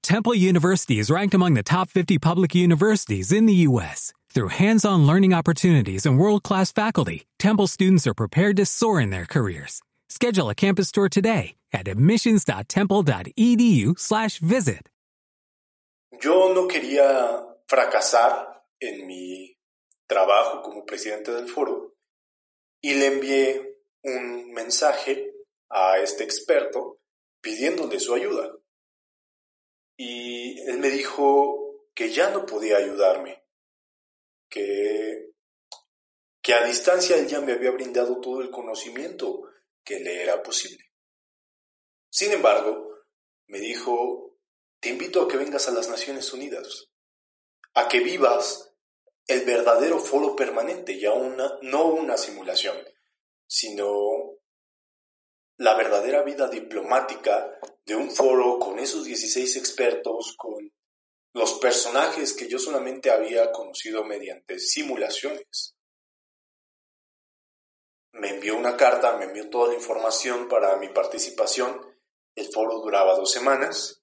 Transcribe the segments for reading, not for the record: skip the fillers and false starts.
Temple University is ranked among the top 50 public universities in the U.S. Through hands-on learning opportunities and world-class faculty, Temple students are prepared to soar in their careers. Schedule a campus tour today at admissions.temple.edu/visit. Yo no quería fracasar en mi trabajo como presidente del foro y le envié un mensaje a este experto pidiéndole su ayuda. Y él me dijo que ya no podía ayudarme, que a distancia él ya me había brindado todo el conocimiento que le era posible. Sin embargo, me dijo, te invito a que vengas a las Naciones Unidas, a que vivas el verdadero foro permanente, no una simulación, sino la verdadera vida diplomática de un foro con esos 16 expertos, con los personajes que yo solamente había conocido mediante simulaciones. Me envió una carta, me envió toda la información para mi participación. El foro duraba 2 semanas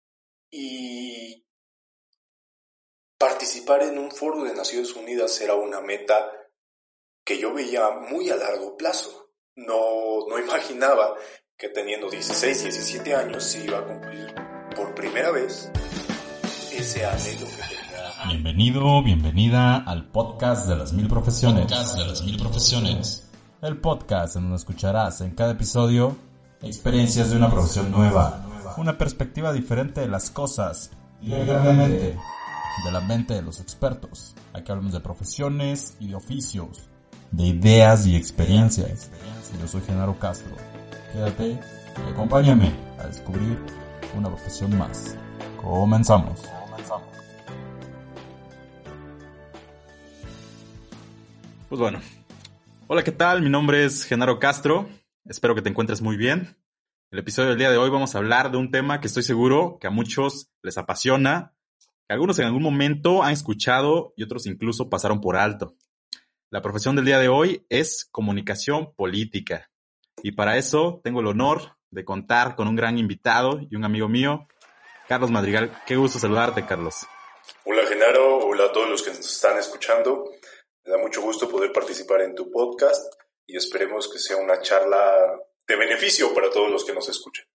y participar en un foro de Naciones Unidas era una meta que yo veía muy a largo plazo. No imaginaba que teniendo 16, 17 años se iba a cumplir por primera vez ese anhelo que tenía. Bienvenida al podcast de las 1000 profesiones. El podcast en donde escucharás en cada episodio experiencias de una profesión nueva, una perspectiva diferente de las cosas, directamente de la mente de los expertos. Aquí hablamos de profesiones y de oficios, de ideas y experiencias. Yo soy Genaro Castro. Quédate y acompáñame a descubrir una profesión más. Comenzamos. Pues bueno, hola, ¿qué tal? Mi nombre es Genaro Castro. Espero que te encuentres muy bien. El episodio del día de hoy vamos a hablar de un tema que estoy seguro que a muchos les apasiona, que algunos en algún momento han escuchado y otros incluso pasaron por alto. La profesión del día de hoy es comunicación política. Y para eso tengo el honor de contar con un gran invitado y un amigo mío, Carlos Madrigal. Qué gusto saludarte, Carlos. Hola, Genaro. Hola a todos los que nos están escuchando. Me da mucho gusto poder participar en tu podcast y esperemos que sea una charla de beneficio para todos los que nos escuchan.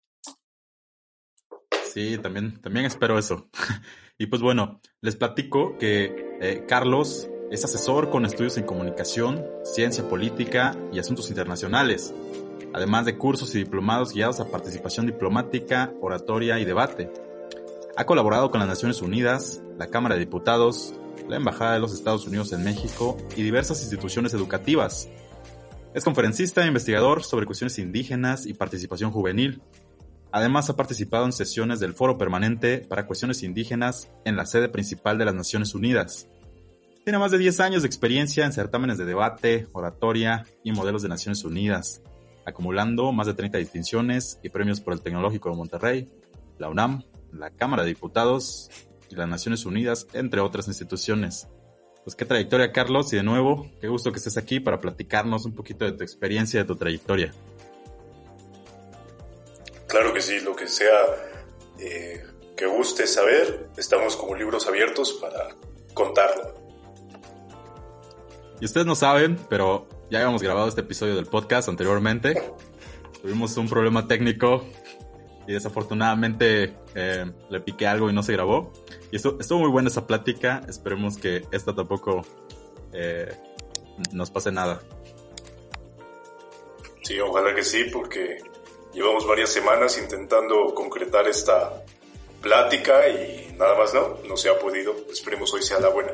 Sí, también espero eso. Y pues bueno, les platico que Carlos es asesor con estudios en comunicación, ciencia política y asuntos internacionales, además de cursos y diplomados guiados a participación diplomática, oratoria y debate. Ha colaborado con las Naciones Unidas, la Cámara de Diputados, la Embajada de los Estados Unidos en México y diversas instituciones educativas. Es conferencista e investigador sobre cuestiones indígenas y participación juvenil. Además, ha participado en sesiones del Foro Permanente para Cuestiones Indígenas en la sede principal de las Naciones Unidas. Tiene más de 10 años de experiencia en certámenes de debate, oratoria y modelos de Naciones Unidas, acumulando más de 30 distinciones y premios por el Tecnológico de Monterrey, la UNAM, la Cámara de Diputados y las Naciones Unidas, entre otras instituciones. Pues qué trayectoria, Carlos, y de nuevo, qué gusto que estés aquí para platicarnos un poquito de tu experiencia y de tu trayectoria. Claro que sí, lo que sea que guste saber, estamos como libros abiertos para contarlo. Y ustedes no saben, pero ya habíamos grabado este episodio del podcast anteriormente. Tuvimos un problema técnico y desafortunadamente le piqué algo y no se grabó. Y estuvo muy buena esa plática. Esperemos que esta tampoco nos pase nada. Sí, ojalá que sí, porque llevamos varias semanas intentando concretar esta plática y nada más no se ha podido. Esperemos hoy sea la buena.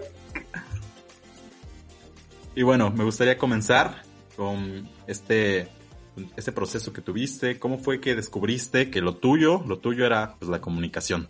Y bueno, me gustaría comenzar con este proceso que tuviste. ¿Cómo fue que descubriste que lo tuyo era pues la comunicación?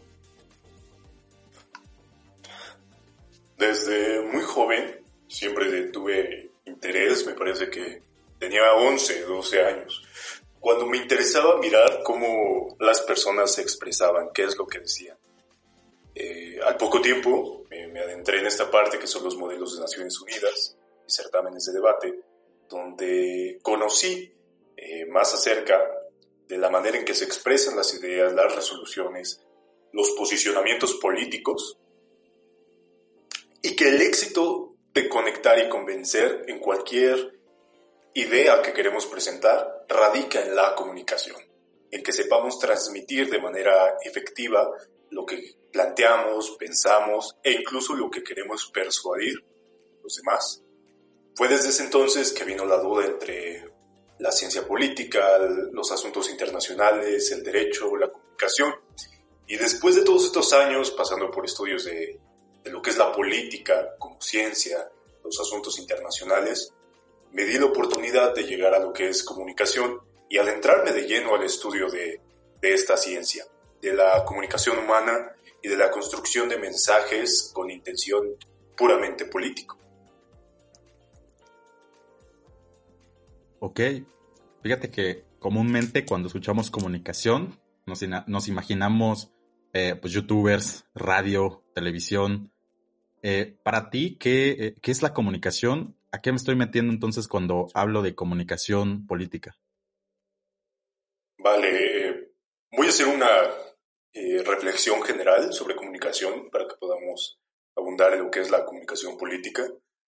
Desde muy joven siempre tuve interés, me parece que tenía 11, 12 años, cuando me interesaba mirar cómo las personas se expresaban, qué es lo que decían. Al poco tiempo me adentré en esta parte que son los modelos de Naciones Unidas y certámenes de debate, donde conocí más acerca de la manera en que se expresan las ideas, las resoluciones, los posicionamientos políticos y que el éxito de conectar y convencer en cualquier idea que queremos presentar radica en la comunicación, en que sepamos transmitir de manera efectiva lo que planteamos, pensamos e incluso lo que queremos persuadir a los demás. Fue desde ese entonces que vino la duda entre la ciencia política, los asuntos internacionales, el derecho, la comunicación. Y después de todos estos años, pasando por estudios de lo que es la política como ciencia, los asuntos internacionales, me di la oportunidad de llegar a lo que es comunicación y adentrarme de lleno al estudio de esta ciencia, de la comunicación humana y de la construcción de mensajes con intención puramente político. Ok, fíjate que comúnmente cuando escuchamos comunicación nos imaginamos pues youtubers, radio, televisión. Para ti, ¿qué es la comunicación? ¿A qué me estoy metiendo entonces cuando hablo de comunicación política? Vale, voy a hacer una reflexión general sobre comunicación para que podamos abundar en lo que es la comunicación política.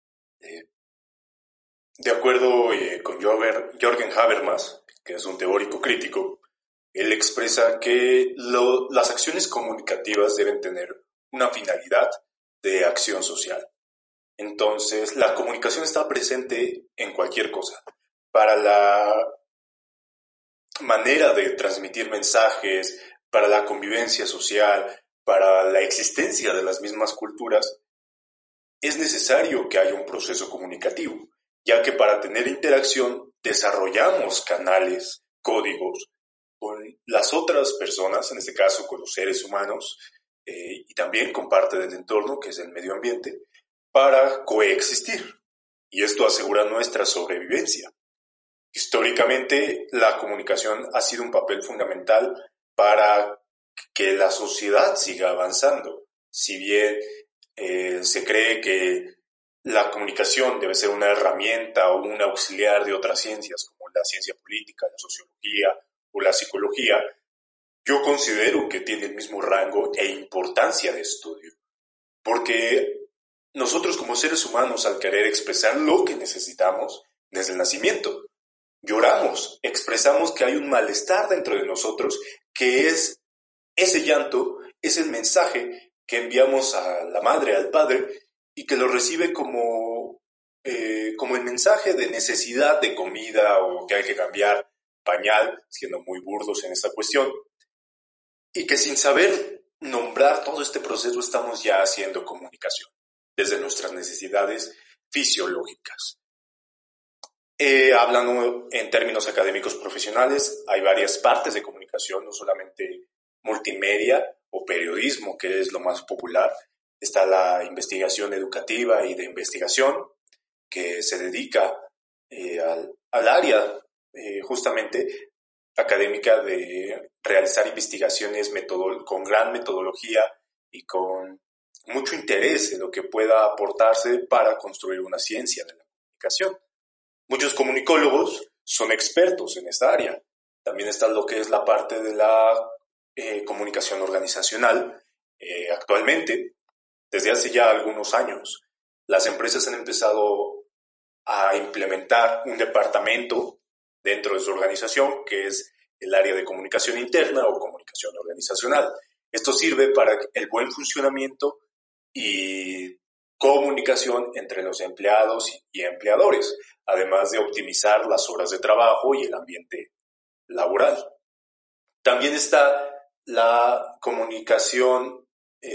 De acuerdo con Jürgen Habermas, que es un teórico crítico, él expresa que las acciones comunicativas deben tener una finalidad de acción social. Entonces, la comunicación está presente en cualquier cosa. Para la manera de transmitir mensajes, para la convivencia social, para la existencia de las mismas culturas, es necesario que haya un proceso comunicativo, ya que para tener interacción desarrollamos canales, códigos con las otras personas, en este caso con los seres humanos, y también con parte del entorno, que es el medio ambiente, para coexistir. Y esto asegura nuestra sobrevivencia. Históricamente, la comunicación ha sido un papel fundamental para que la sociedad siga avanzando. Si bien se cree que la comunicación debe ser una herramienta o un auxiliar de otras ciencias, como la ciencia política, la sociología o la psicología, yo considero que tiene el mismo rango e importancia de estudio. Porque nosotros como seres humanos, al querer expresar lo que necesitamos desde el nacimiento, lloramos, expresamos que hay un malestar dentro de nosotros, que es ese llanto, es el mensaje que enviamos a la madre, al padre, y que lo recibe como el mensaje de necesidad de comida o que hay que cambiar pañal, siendo muy burdos en esta cuestión, y que sin saber nombrar todo este proceso estamos ya haciendo comunicación desde nuestras necesidades fisiológicas. Hablando en términos académicos profesionales, hay varias partes de comunicación, no solamente multimedia o periodismo, que es lo más popular. Está la investigación educativa y de investigación, que se dedica al área justamente académica de realizar investigaciones con gran metodología y con mucho interés en lo que pueda aportarse para construir una ciencia de la comunicación. Muchos comunicólogos son expertos en esta área. También está lo que es la parte de la comunicación organizacional. Actualmente, desde hace ya algunos años, las empresas han empezado a implementar un departamento dentro de su organización que es el área de comunicación interna o comunicación organizacional. Esto sirve para el buen funcionamiento y comunicación entre los empleados y empleadores, además de optimizar las horas de trabajo y el ambiente laboral. También está la comunicación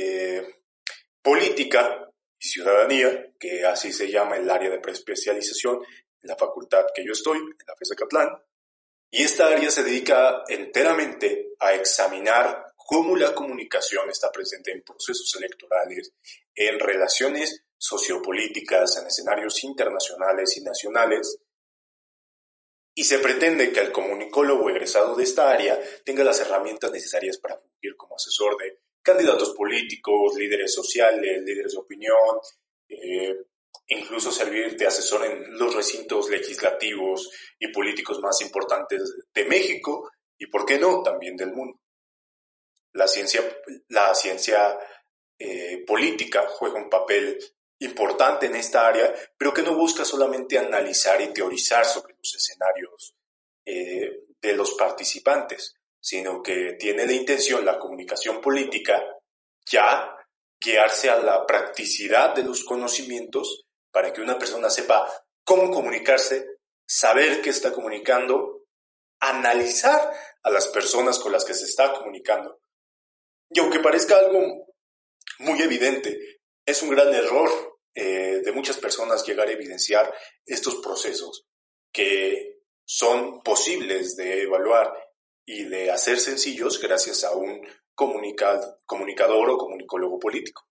política y ciudadanía, que así se llama el área de preespecialización en la facultad que yo estoy, en la FES Zacatlán, y esta área se dedica enteramente a examinar cómo la comunicación está presente en procesos electorales, en relaciones sociopolíticas, en escenarios internacionales y nacionales, y se pretende que el comunicólogo egresado de esta área tenga las herramientas necesarias para fungir como asesor de candidatos políticos, líderes sociales, líderes de opinión, incluso servir de asesor en los recintos legislativos y políticos más importantes de México y, ¿por qué no?, también del mundo. La ciencia política juega un papel importante en esta área, pero que no busca solamente analizar y teorizar sobre los escenarios de los participantes, sino que tiene la intención, la comunicación política, ya guiarse a la practicidad de los conocimientos para que una persona sepa cómo comunicarse, saber qué está comunicando, analizar a las personas con las que se está comunicando. Y aunque parezca algo muy evidente, es un gran error de muchas personas llegar a evidenciar estos procesos que son posibles de evaluar y de hacer sencillos gracias a un comunicador o comunicólogo político.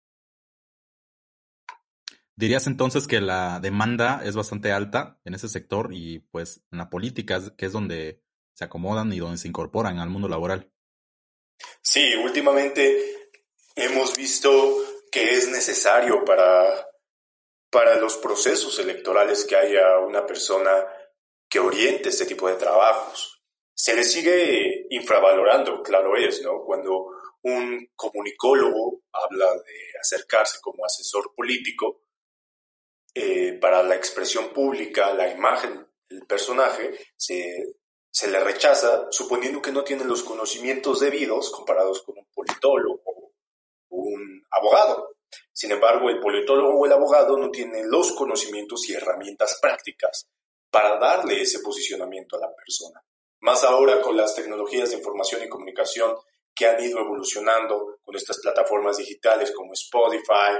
¿Dirías entonces que la demanda es bastante alta en ese sector y pues en la política, que es donde se acomodan y donde se incorporan al mundo laboral? Sí, últimamente hemos visto que es necesario para los procesos electorales que haya una persona que oriente este tipo de trabajos. Se le sigue infravalorando, claro es, ¿no? Cuando un comunicólogo habla de acercarse como asesor político para la expresión pública, la imagen del personaje, se le rechaza suponiendo que no tiene los conocimientos debidos comparados con un politólogo o un abogado. Sin embargo, el politólogo o el abogado no tienen los conocimientos y herramientas prácticas para darle ese posicionamiento a la persona. Más ahora con las tecnologías de información y comunicación que han ido evolucionando con estas plataformas digitales como Spotify,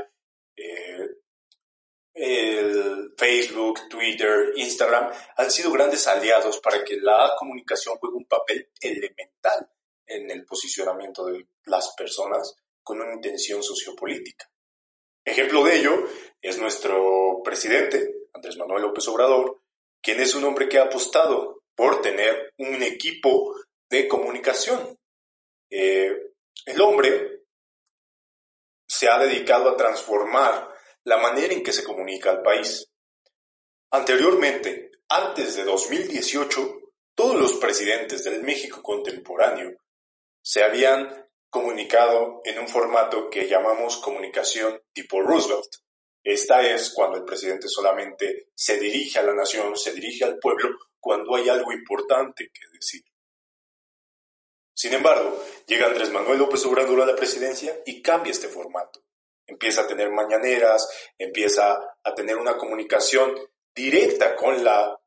el Facebook, Twitter, Instagram, han sido grandes aliados para que la comunicación juegue un papel elemental en el posicionamiento de las personas con una intención sociopolítica. Ejemplo de ello es nuestro presidente, Andrés Manuel López Obrador, quien es un hombre que ha apostado por tener un equipo de comunicación. El hombre se ha dedicado a transformar la manera en que se comunica al país. Anteriormente, antes de 2018, todos los presidentes del México contemporáneo se habían comunicado en un formato que llamamos comunicación tipo Roosevelt. Esta es cuando el presidente solamente se dirige a la nación, se dirige al pueblo cuando hay algo importante que decir. Sin embargo, llega Andrés Manuel López Obrador a la presidencia y cambia este formato. Empieza a tener mañaneras, empieza a tener una comunicación directa con la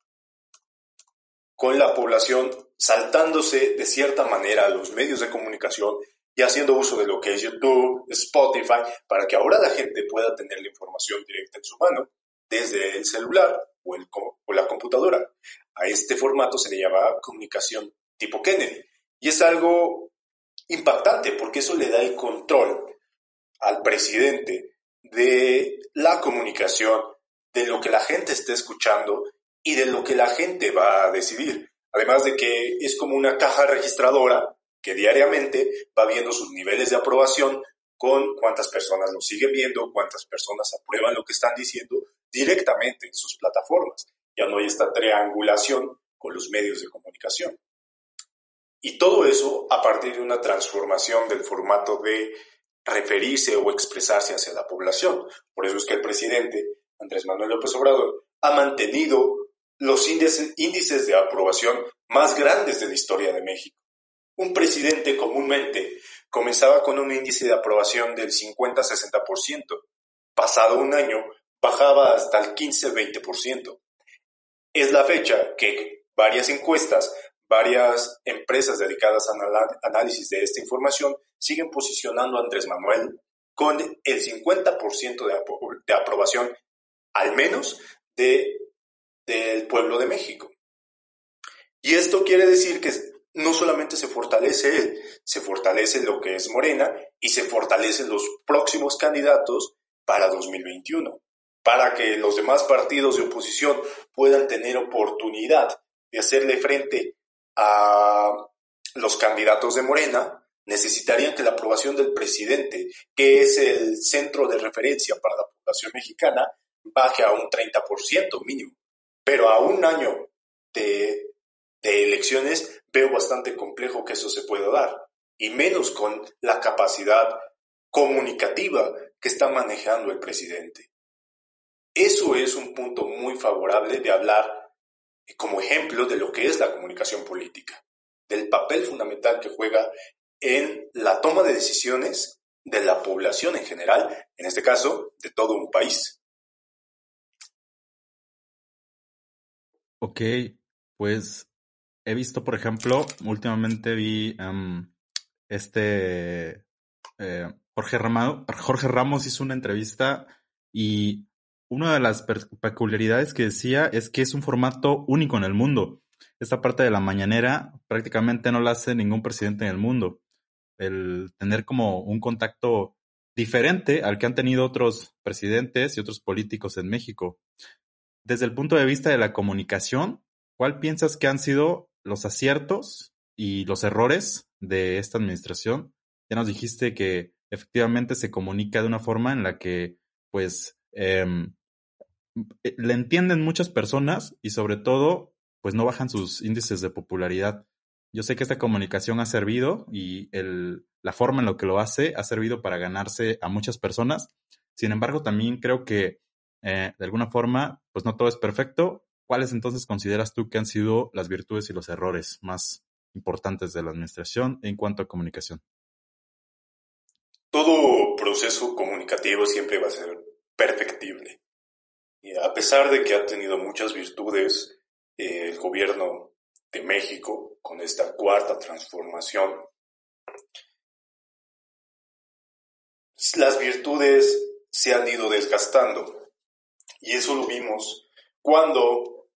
población, saltándose de cierta manera a los medios de comunicación y haciendo uso de lo que es YouTube, Spotify, para que ahora la gente pueda tener la información directa en su mano, desde el celular o la computadora. A este formato se le llama comunicación tipo Kennedy. Y es algo impactante porque eso le da el control al presidente de la comunicación, de lo que la gente esté escuchando y de lo que la gente va a decidir. Además de que es como una caja registradora que diariamente va viendo sus niveles de aprobación con cuántas personas lo siguen viendo, cuántas personas aprueban lo que están diciendo directamente en sus plataformas. Ya no hay esta triangulación con los medios de comunicación. Y todo eso a partir de una transformación del formato de referirse o expresarse hacia la población. Por eso es que el presidente Andrés Manuel López Obrador ha mantenido los índices de aprobación más grandes de la historia de México. Un presidente comúnmente comenzaba con un índice de aprobación del 50-60%. Pasado un año, bajaba hasta el 15-20%. Es la fecha que varias encuestas, varias empresas dedicadas al análisis de esta información siguen posicionando a Andrés Manuel con el 50% de aprobación, al menos, del pueblo de México. Y esto quiere decir que no solamente se fortalece él, se fortalece lo que es Morena y se fortalecen los próximos candidatos para 2021, para que los demás partidos de oposición puedan tener oportunidad de hacerle frente a los candidatos de Morena. Necesitarían que la aprobación del presidente, que es el centro de referencia para la población mexicana, baje a un 30% mínimo. Pero a un año de elecciones veo bastante complejo que eso se pueda dar. y menos con la capacidad comunicativa que está manejando el presidente. Eso es un punto muy favorable de hablar como ejemplo de lo que es la comunicación política, del papel fundamental que juega en la toma de decisiones de la población en general, en este caso, de todo un país. Ok, pues he visto, por ejemplo, últimamente vi Jorge Ramos hizo una entrevista y una de las peculiaridades que decía es que es un formato único en el mundo. Esta parte de la mañanera prácticamente no la hace ningún presidente en el mundo. El tener como un contacto diferente al que han tenido otros presidentes y otros políticos en México. Desde el punto de vista de la comunicación, ¿cuál piensas que han sido los aciertos y los errores de esta administración? Ya nos dijiste que efectivamente se comunica de una forma en la que, pues, le entienden muchas personas y sobre todo, pues no bajan sus índices de popularidad. Yo sé que esta comunicación ha servido y la forma en la que lo hace ha servido para ganarse a muchas personas. Sin embargo, también creo que de alguna forma, pues no todo es perfecto. ¿Cuáles entonces consideras tú que han sido las virtudes y los errores más importantes de la administración en cuanto a comunicación? Todo proceso comunicativo siempre va a ser perfectible. Y a pesar de que ha tenido muchas virtudes, el gobierno de México, con esta cuarta transformación, las virtudes se han ido desgastando. Y eso lo vimos cuando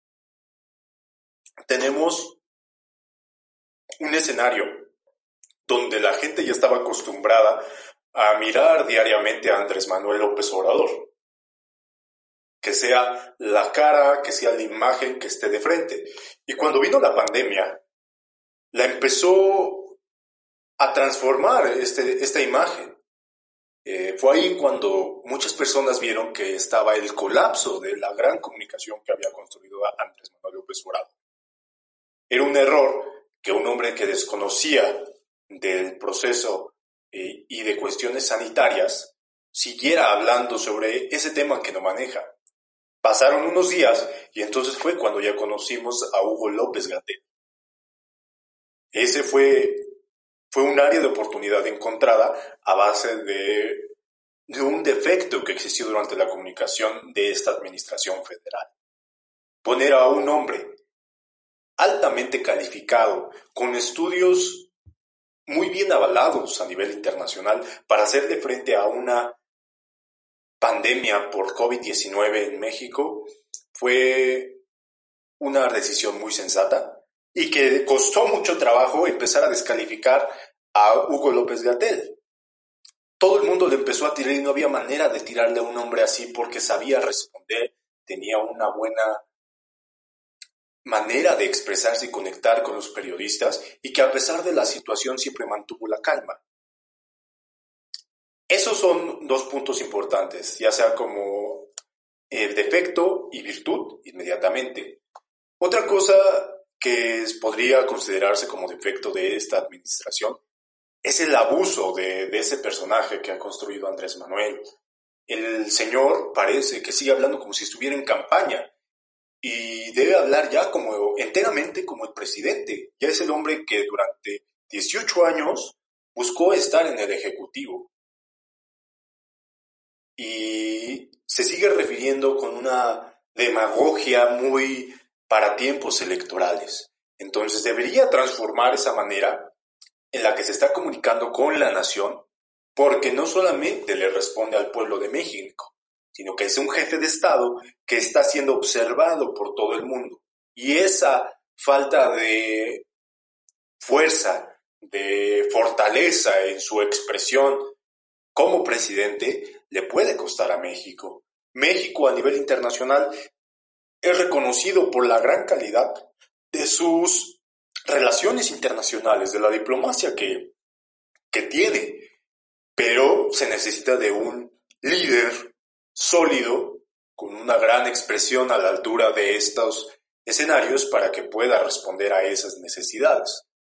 tenemos un escenario donde la gente ya estaba acostumbrada a mirar diariamente a Andrés Manuel López Obrador. Que sea la cara, que sea la imagen que esté de frente. Y cuando vino la pandemia, la empezó a transformar esta imagen. Fue ahí cuando muchas personas vieron que estaba el colapso de la gran comunicación que había construido Andrés Manuel López Obrador. Era un error que un hombre que desconocía del proceso y de cuestiones sanitarias siguiera hablando sobre ese tema que no maneja. Pasaron unos días y entonces fue cuando ya conocimos a Hugo López-Gatell. Ese fue un área de oportunidad encontrada a base de un defecto que existió durante la comunicación de esta administración federal. Poner a un hombre altamente calificado, con estudios muy bien avalados a nivel internacional, para hacerle frente a una pandemia por COVID-19 en México, fue una decisión muy sensata y que costó mucho trabajo empezar a descalificar a Hugo López-Gatell. Todo el mundo le empezó a tirar y no había manera de tirarle a un hombre así porque sabía responder, tenía una buena manera de expresarse y conectar con los periodistas y que a pesar de la situación siempre mantuvo la calma. Esos son dos puntos importantes, ya sea como defecto y virtud inmediatamente. Otra cosa que podría considerarse como defecto de esta administración es el abuso de ese personaje que ha construido Andrés Manuel. El señor parece que sigue hablando como si estuviera en campaña y debe hablar ya como enteramente como el presidente. Ya es el hombre que durante 18 años buscó estar en el Ejecutivo y se sigue refiriendo con una demagogia muy para tiempos electorales. Entonces debería transformar esa manera en la que se está comunicando con la nación, porque no solamente le responde al pueblo de México, sino que es un jefe de Estado que está siendo observado por todo el mundo. Y esa falta de fuerza, de fortaleza en su expresión como presidente le puede costar a México. México a nivel internacional es reconocido por la gran calidad de sus relaciones internacionales, de la diplomacia que tiene, pero se necesita de un líder sólido, con una gran expresión a la altura de estos escenarios para que pueda responder a esas necesidades.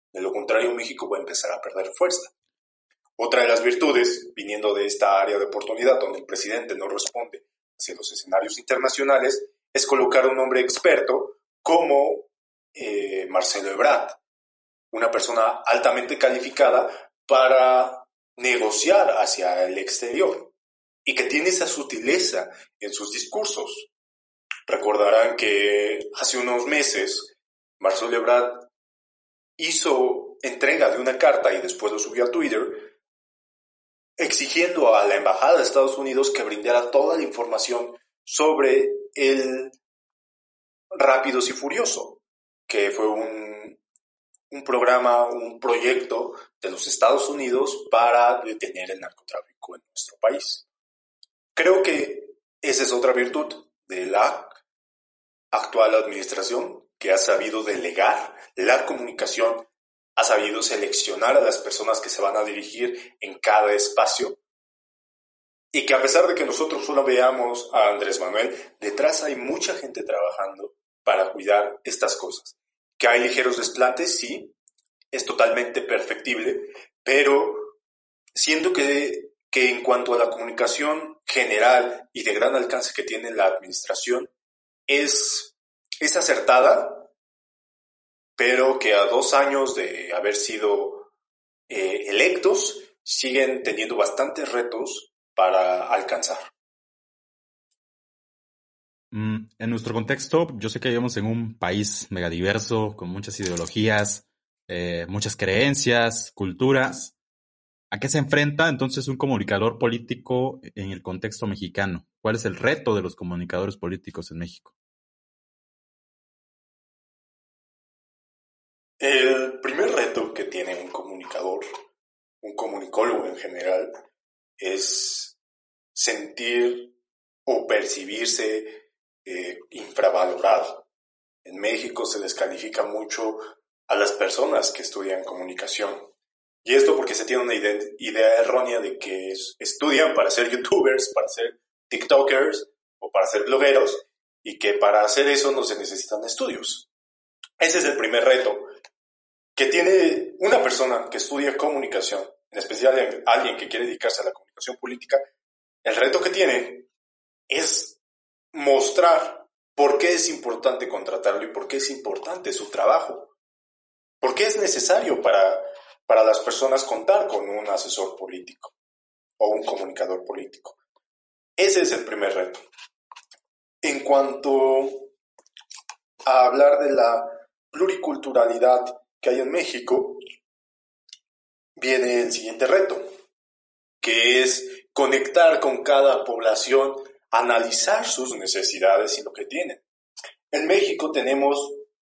De lo contrario, México va a empezar a perder fuerza. Otra de las virtudes, viniendo de esta área de oportunidad donde el presidente no responde hacia los escenarios internacionales, es colocar a un hombre experto como Marcelo Ebrard, una persona altamente calificada para negociar hacia el exterior y que tiene esa sutileza en sus discursos. Recordarán que hace unos meses Marcelo Ebrard hizo entrega de una carta y después lo subió a Twitter exigiendo a la Embajada de Estados Unidos que brindara toda la información sobre el Rápidos y Furioso, que fue un programa, un proyecto de los Estados Unidos para detener el narcotráfico en nuestro país. Creo que esa es otra virtud de la actual administración, que ha sabido delegar la comunicación, ha sabido seleccionar a las personas que se van a dirigir en cada espacio y que a pesar de que nosotros solo veamos a Andrés Manuel, detrás hay mucha gente trabajando para cuidar estas cosas. Que hay ligeros desplantes, sí, es totalmente perfectible, pero siento que en cuanto a la comunicación general y de gran alcance que tiene la administración, es acertada, pero que a 2 años de haber sido electos, siguen teniendo bastantes retos para alcanzar. En nuestro contexto, yo sé que vivimos en un país megadiverso, con muchas ideologías, muchas creencias, culturas. ¿A qué se enfrenta entonces un comunicador político en el contexto mexicano? ¿Cuál es el reto de los comunicadores políticos en México? El primer reto que tiene un comunicador, un comunicólogo en general, es sentir o percibirse infravalorado. En México se descalifica mucho a las personas que estudian comunicación. Y esto porque se tiene una idea errónea de que estudian para ser youtubers, para ser tiktokers o para ser blogueros, y que para hacer eso no se necesitan estudios. Ese es el primer reto que tiene una persona que estudia comunicación, en especial alguien que quiere dedicarse a la comunicación política. El reto que tiene es mostrar por qué es importante contratarlo y por qué es importante su trabajo. ¿Por qué es necesario para las personas contar con un asesor político o un comunicador político? Ese es el primer reto. En cuanto a hablar de la pluriculturalidad que hay en México, viene el siguiente reto, que es conectar con cada población, analizar sus necesidades y lo que tienen. En México tenemos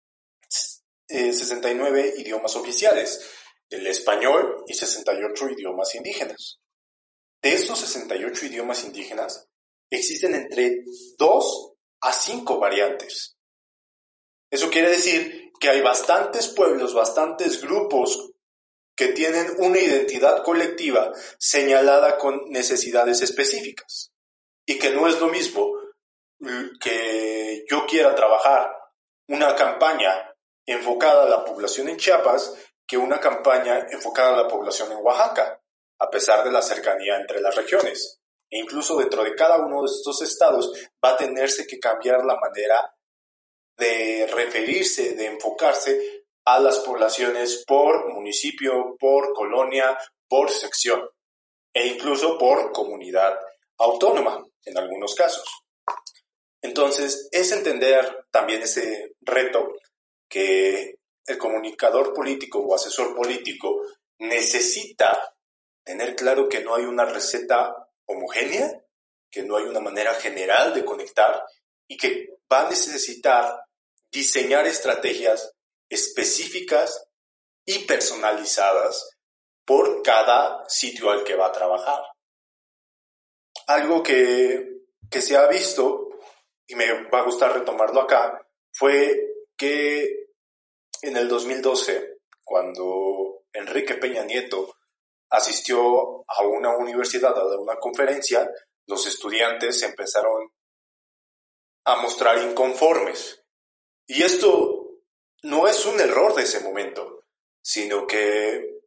69 idiomas oficiales, el español y 68 idiomas indígenas. De estos 68 idiomas indígenas, existen entre 2 a 5 variantes. Eso quiere decir que hay bastantes pueblos, bastantes grupos que tienen una identidad colectiva señalada con necesidades específicas. Y que no es lo mismo que yo quiera trabajar una campaña enfocada a la población en Chiapas que una campaña enfocada a la población en Oaxaca, a pesar de la cercanía entre las regiones. E incluso dentro de cada uno de estos estados va a tenerse que cambiar la manera de referirse, de enfocarse a las poblaciones por municipio, por colonia, por sección e incluso por comunidad autónoma en algunos casos. Entonces, es entender también ese reto que el comunicador político o asesor político necesita tener claro que no hay una receta homogénea, que no hay una manera general de conectar y que va a necesitar diseñar estrategias específicas y personalizadas por cada sitio al que va a trabajar. Algo que se ha visto, y me va a gustar retomarlo acá, fue que en el 2012, cuando Enrique Peña Nieto asistió a una universidad, a una conferencia, los estudiantes empezaron a mostrar inconformes. Y esto no es un error de ese momento, sino que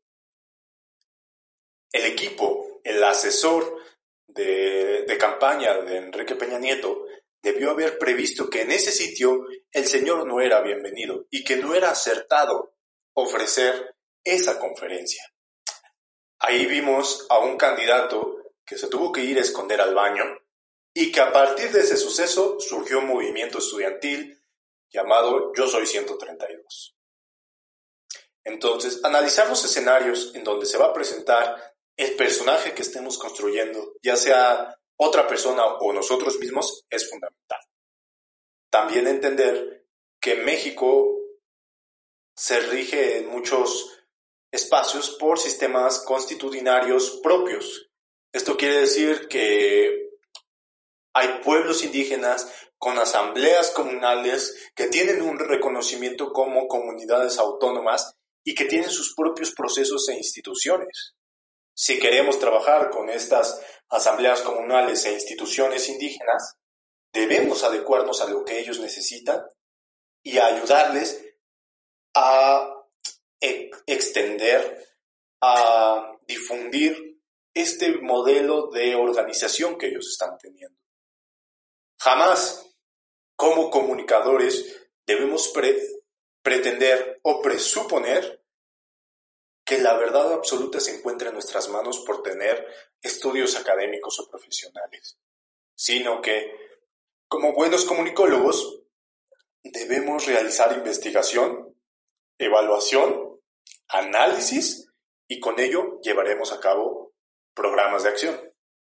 el equipo, el asesor de campaña de Enrique Peña Nieto debió haber previsto que en ese sitio el señor no era bienvenido y que no era acertado ofrecer esa conferencia. Ahí vimos a un candidato que se tuvo que ir a esconder al baño y que a partir de ese suceso surgió un movimiento estudiantil llamado Yo Soy 132. Entonces, analizar los escenarios en donde se va a presentar el personaje que estemos construyendo, ya sea otra persona o nosotros mismos, es fundamental. También entender que México se rige en muchos espacios por sistemas constitucionarios propios. Esto quiere decir que hay pueblos indígenas con asambleas comunales que tienen un reconocimiento como comunidades autónomas y que tienen sus propios procesos e instituciones. Si queremos trabajar con estas asambleas comunales e instituciones indígenas, debemos adecuarnos a lo que ellos necesitan y a ayudarles a extender, a difundir este modelo de organización que ellos están teniendo. Jamás, como comunicadores, debemos pretender o presuponer que la verdad absoluta se encuentra en nuestras manos por tener estudios académicos o profesionales, sino que, como buenos comunicólogos, debemos realizar investigación, evaluación, análisis y con ello llevaremos a cabo programas de acción.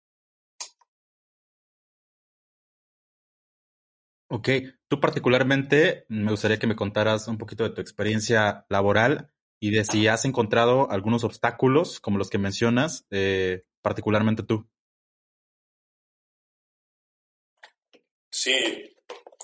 Ok, tú particularmente me gustaría que me contaras un poquito de tu experiencia laboral y de si has encontrado algunos obstáculos como los que mencionas, particularmente tú. Sí,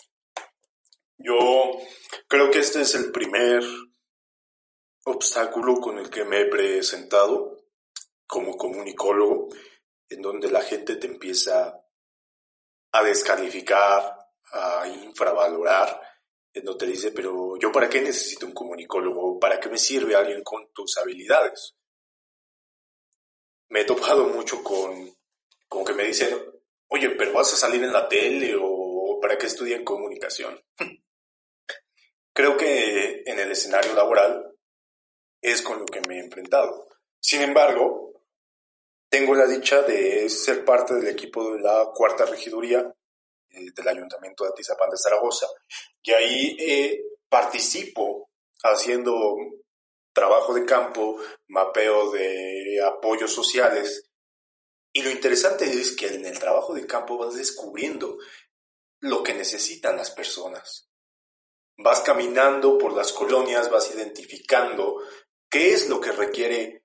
yo creo que este es el primer obstáculo con el que me he presentado como comunicólogo, en donde la gente te empieza a descalificar, a infravalorar, en donde te dice, pero ¿yo para qué necesito un comunicólogo? ¿Para qué me sirve alguien con tus habilidades? Me he topado mucho con que me dicen, oye, pero vas a salir en la tele o ¿para qué estudian comunicación? Creo que en el escenario laboral es con lo que me he enfrentado. Sin embargo, tengo la dicha de ser parte del equipo de la cuarta regiduría del Ayuntamiento de Atizapán de Zaragoza, y ahí participo haciendo trabajo de campo, mapeo de apoyos sociales, y lo interesante es que en el trabajo de campo vas descubriendo lo que necesitan las personas. Vas caminando por las colonias, vas identificando qué es lo que requiere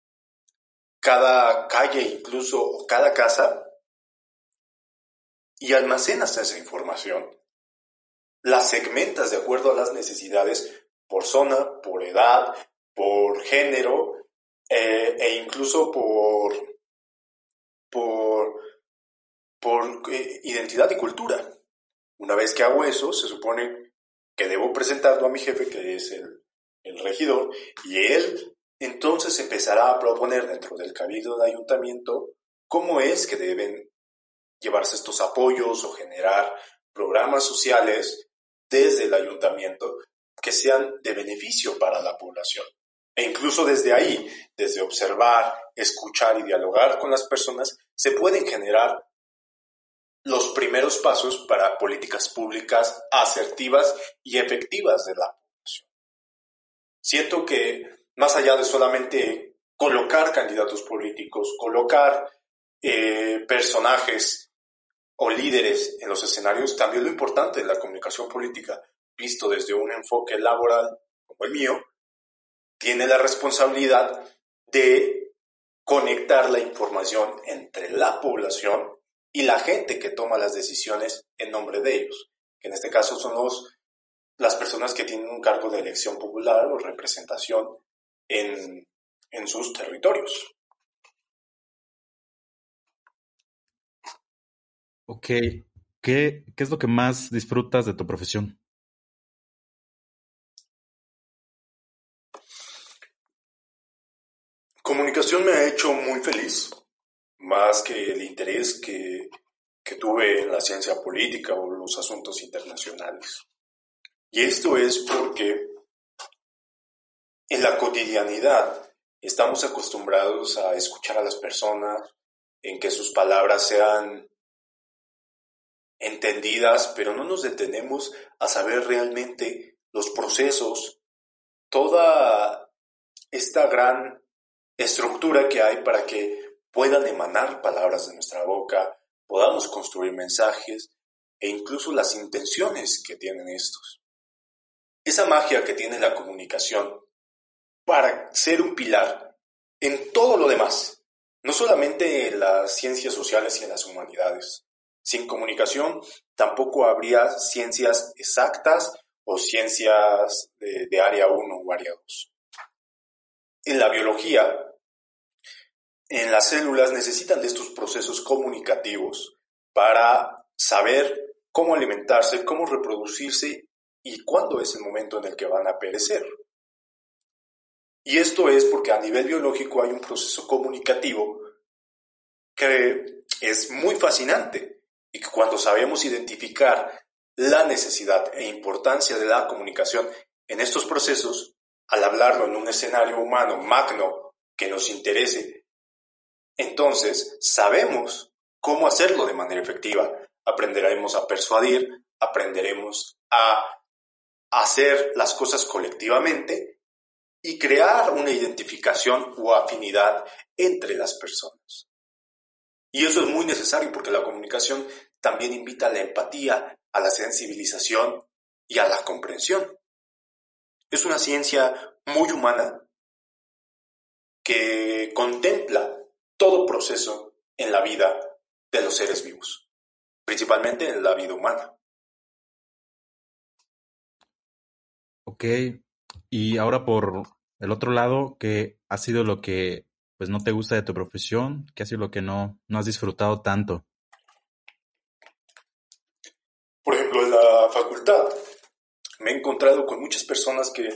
cada calle, incluso cada casa, y almacenas esa información. La segmentas de acuerdo a las necesidades por zona, por edad, por género e incluso por identidad y cultura. Una vez que hago eso, se supone que debo presentarlo a mi jefe, que es el regidor, y él entonces empezará a proponer dentro del cabildo de ayuntamiento cómo es que deben llevarse estos apoyos o generar programas sociales desde el ayuntamiento que sean de beneficio para la población. E incluso desde ahí, desde observar, escuchar y dialogar con las personas, se pueden generar los primeros pasos para políticas públicas asertivas y efectivas de la población. Siento que más allá de solamente colocar candidatos políticos, colocar personajes o líderes en los escenarios, también lo importante de la comunicación política, visto desde un enfoque laboral como el mío, tiene la responsabilidad de conectar la información entre la población y la gente que toma las decisiones en nombre de ellos, que en este caso son las personas que tienen un cargo de elección popular o representación en sus territorios. Ok, ¿qué es lo que más disfrutas de tu profesión? profesión me ha hecho muy feliz, más que el interés que tuve en la ciencia política o los asuntos internacionales. Y esto es porque en la cotidianidad estamos acostumbrados a escuchar a las personas, en que sus palabras sean entendidas, pero no nos detenemos a saber realmente los procesos, toda esta gran estructura que hay para que puedan emanar palabras de nuestra boca, podamos construir mensajes e incluso las intenciones que tienen estos. Esa magia que tiene la comunicación para ser un pilar en todo lo demás, no solamente en las ciencias sociales y en las humanidades. Sin comunicación tampoco habría ciencias exactas o ciencias de área 1 o área 2. En la biología, en las células necesitan de estos procesos comunicativos para saber cómo alimentarse, cómo reproducirse y cuándo es el momento en el que van a perecer. Y esto es porque a nivel biológico hay un proceso comunicativo que es muy fascinante y que cuando sabemos identificar la necesidad e importancia de la comunicación en estos procesos, al hablarlo en un escenario humano magno que nos interese, entonces sabemos cómo hacerlo de manera efectiva. Aprenderemos a persuadir, aprenderemos a hacer las cosas colectivamente y crear una identificación o afinidad entre las personas. Y eso es muy necesario porque la comunicación también invita a la empatía, a la sensibilización y a la comprensión. Es una ciencia muy humana que contempla todo proceso en la vida de los seres vivos, principalmente en la vida humana. Ok, y ahora por el otro lado, ¿qué ha sido lo que pues no te gusta de tu profesión? ¿Qué ha sido lo que no has disfrutado tanto? Por ejemplo, en la facultad me he encontrado con muchas personas que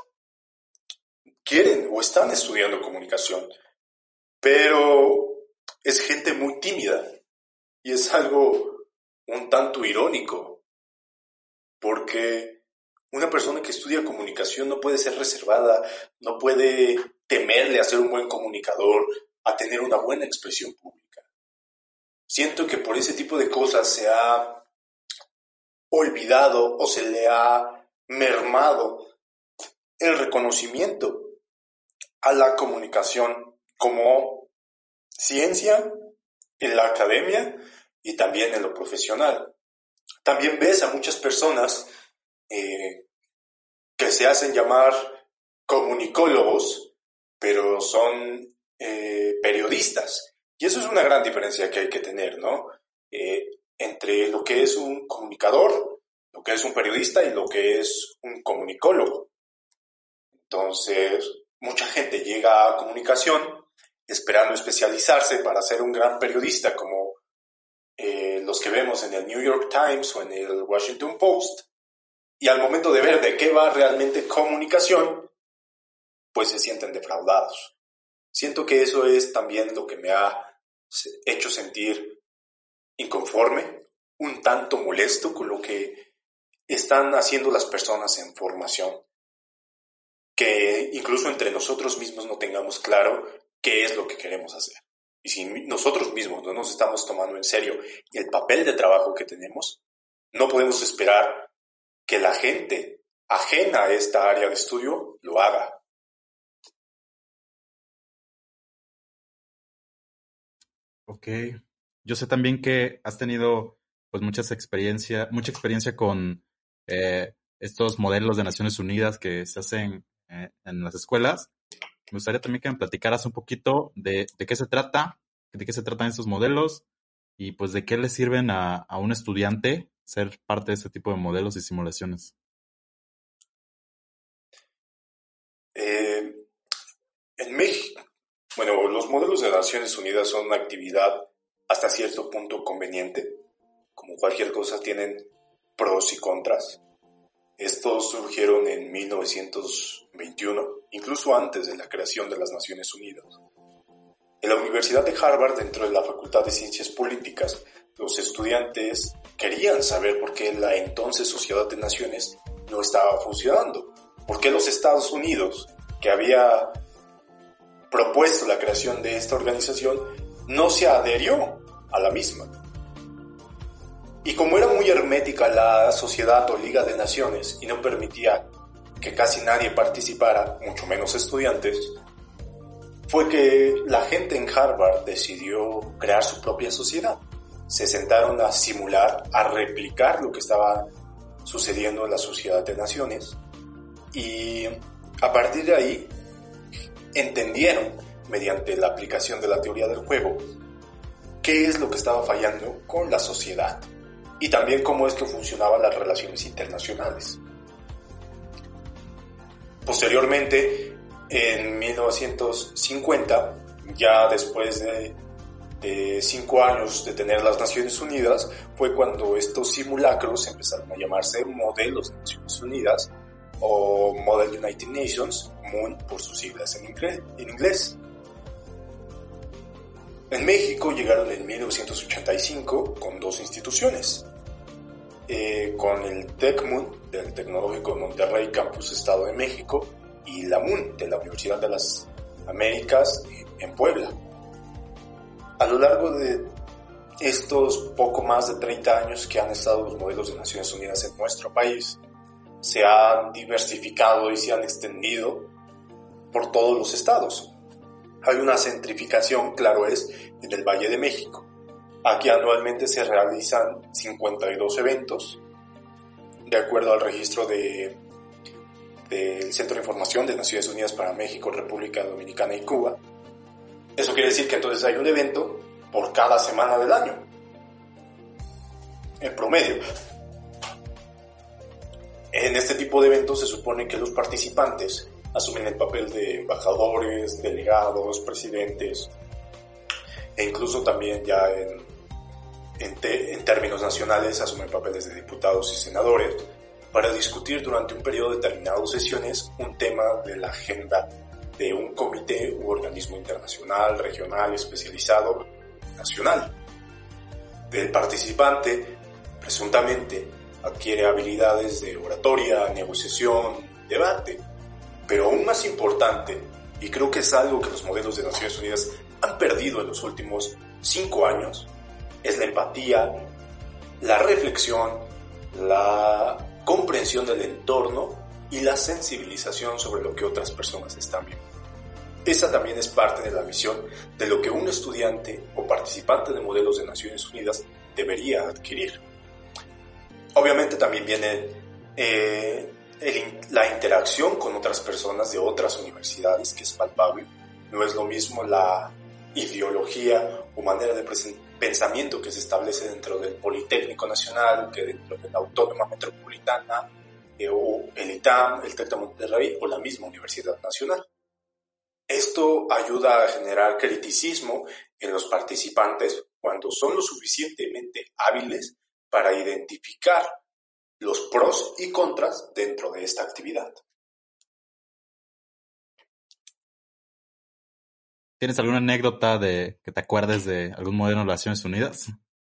quieren o están estudiando comunicación, pero es gente muy tímida y es algo un tanto irónico, porque una persona que estudia comunicación no puede ser reservada, no puede temerle a ser un buen comunicador, a tener una buena expresión pública. Siento que por ese tipo de cosas se ha olvidado o se le ha mermado el reconocimiento a la comunicación como ciencia en la academia y también en lo profesional. También ves a muchas personas que se hacen llamar comunicólogos, pero son periodistas. Y eso es una gran diferencia que hay que tener, ¿no? Entre lo que es un comunicador, lo que es un periodista y lo que es un comunicólogo. Entonces, mucha gente llega a comunicación esperando especializarse para ser un gran periodista, como los que vemos en el New York Times o en el Washington Post, y al momento de ver de qué va realmente comunicación, pues se sienten defraudados. Siento que eso es también lo que me ha hecho sentir inconforme, un tanto molesto con lo que están haciendo las personas en formación, que incluso entre nosotros mismos no tengamos claro qué es lo que queremos hacer. Y si nosotros mismos no nos estamos tomando en serio el papel de trabajo que tenemos, no podemos esperar que la gente ajena a esta área de estudio lo haga. Ok. Yo sé también que has tenido pues mucha experiencia con estos modelos de Naciones Unidas que se hacen en las escuelas. Me gustaría también que me platicaras un poquito de qué se trata, de qué se tratan estos modelos y pues de qué le sirven a un estudiante ser parte de este tipo de modelos y simulaciones. En México, los modelos de Naciones Unidas son una actividad hasta cierto punto conveniente. Como cualquier cosa tienen pros y contras. Estos surgieron en 1921, incluso antes de la creación de las Naciones Unidas. En la Universidad de Harvard, dentro de la Facultad de Ciencias Políticas, los estudiantes querían saber por qué la entonces Sociedad de Naciones no estaba funcionando. ¿Por qué los Estados Unidos, que había propuesto la creación de esta organización, no se adherió a la misma? Y como era muy hermética la Sociedad o Liga de Naciones y no permitía que casi nadie participara, mucho menos estudiantes, fue que la gente en Harvard decidió crear su propia sociedad. Se sentaron a simular, a replicar lo que estaba sucediendo en la Sociedad de Naciones, y a partir de ahí entendieron, mediante la aplicación de la teoría del juego, qué es lo que estaba fallando con la sociedad y también cómo es que funcionaban las relaciones internacionales. Posteriormente, en 1950, ya después de 5 años de tener las Naciones Unidas, fue cuando estos simulacros empezaron a llamarse modelos de Naciones Unidas o Model United Nations, MUN por sus siglas en inglés. En México llegaron en 1985 con 2 instituciones, con el TECMUN del Tecnológico de Monterrey, Campus Estado de México, y la MUN de la Universidad de las Américas en Puebla. A lo largo de estos poco más de 30 años que han estado los modelos de Naciones Unidas en nuestro país, se han diversificado y se han extendido por todos los estados. Hay una centrificación, claro es, en el Valle de México. Aquí anualmente se realizan 52 eventos, de acuerdo al registro del Centro de Información de Naciones Unidas para México, República Dominicana y Cuba. Eso quiere decir que entonces hay un evento por cada semana del año, en promedio. En este tipo de eventos se supone que los participantes asumen el papel de embajadores, delegados, presidentes, e incluso también ya en términos nacionales asumen papeles de diputados y senadores para discutir durante un periodo determinado de sesiones un tema de la agenda de un comité u organismo internacional, regional, especializado, nacional. El participante presuntamente adquiere habilidades de oratoria, negociación, debate, pero aún más importante, y creo que es algo que los modelos de Naciones Unidas han perdido en los últimos 5 años, es la empatía, la reflexión, la comprensión del entorno y la sensibilización sobre lo que otras personas están viendo. Esa también es parte de la misión de lo que un estudiante o participante de modelos de Naciones Unidas debería adquirir. Obviamente también viene la interacción con otras personas de otras universidades, que es palpable. No es lo mismo la ideología o manera de pensamiento que se establece dentro del Politécnico Nacional que dentro de la Autónoma Metropolitana o el ITAM, el TEC de Monterrey o la misma Universidad Nacional. Esto ayuda a generar criticismo en los participantes cuando son lo suficientemente hábiles para identificar los pros y contras dentro de esta actividad. ¿Tienes alguna anécdota de que te acuerdes de algún modelo de Naciones Unidas?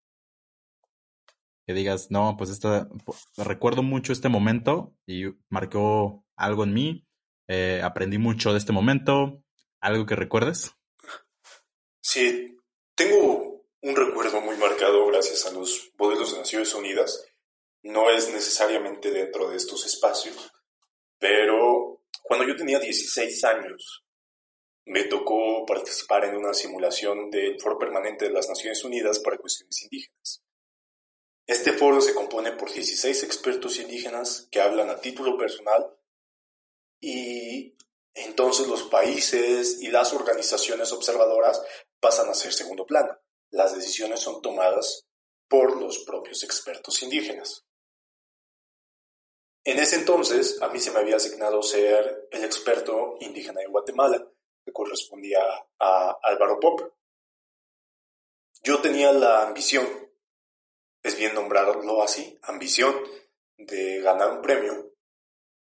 Que digas, no, pues recuerdo mucho este momento y marcó algo en mí, aprendí mucho de este momento, ¿algo que recuerdes? Sí, tengo un recuerdo muy marcado gracias a los modelos de Naciones Unidas. No es necesariamente dentro de estos espacios, pero cuando yo tenía 16 años, me tocó participar en una simulación del Foro Permanente de las Naciones Unidas para Cuestiones Indígenas. Este foro se compone por 16 expertos indígenas que hablan a título personal y entonces los países y las organizaciones observadoras pasan a ser segundo plano. Las decisiones son tomadas por los propios expertos indígenas. En ese entonces, a mí se me había asignado ser el experto indígena de Guatemala, que correspondía a Álvaro Pop. Yo tenía la ambición, es bien nombrarlo así, ambición de ganar un premio,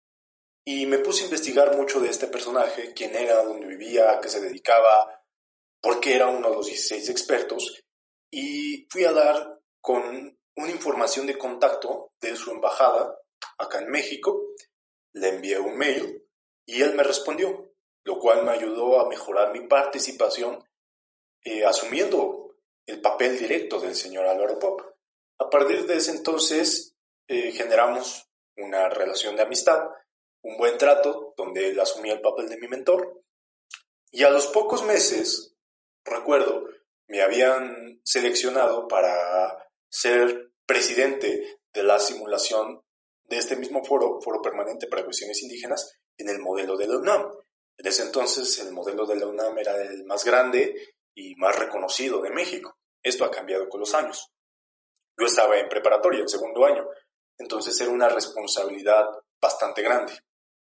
y me puse a investigar mucho de este personaje, quién era, dónde vivía, a qué se dedicaba, porque era uno de los 16 expertos, y fui a dar con una información de contacto de su embajada acá en México. Le envié un mail y él me respondió, lo cual me ayudó a mejorar mi participación asumiendo el papel directo del señor Álvaro Pop. A partir de ese entonces generamos una relación de amistad, un buen trato, donde él asumía el papel de mi mentor. Y a los pocos meses, recuerdo, me habían seleccionado para ser presidente de la simulación de este mismo foro permanente para cuestiones indígenas, en el modelo de la UNAM. En ese entonces el modelo de la UNAM era el más grande y más reconocido de México. Esto ha cambiado con los años. Yo estaba en preparatoria, en segundo año, entonces era una responsabilidad bastante grande.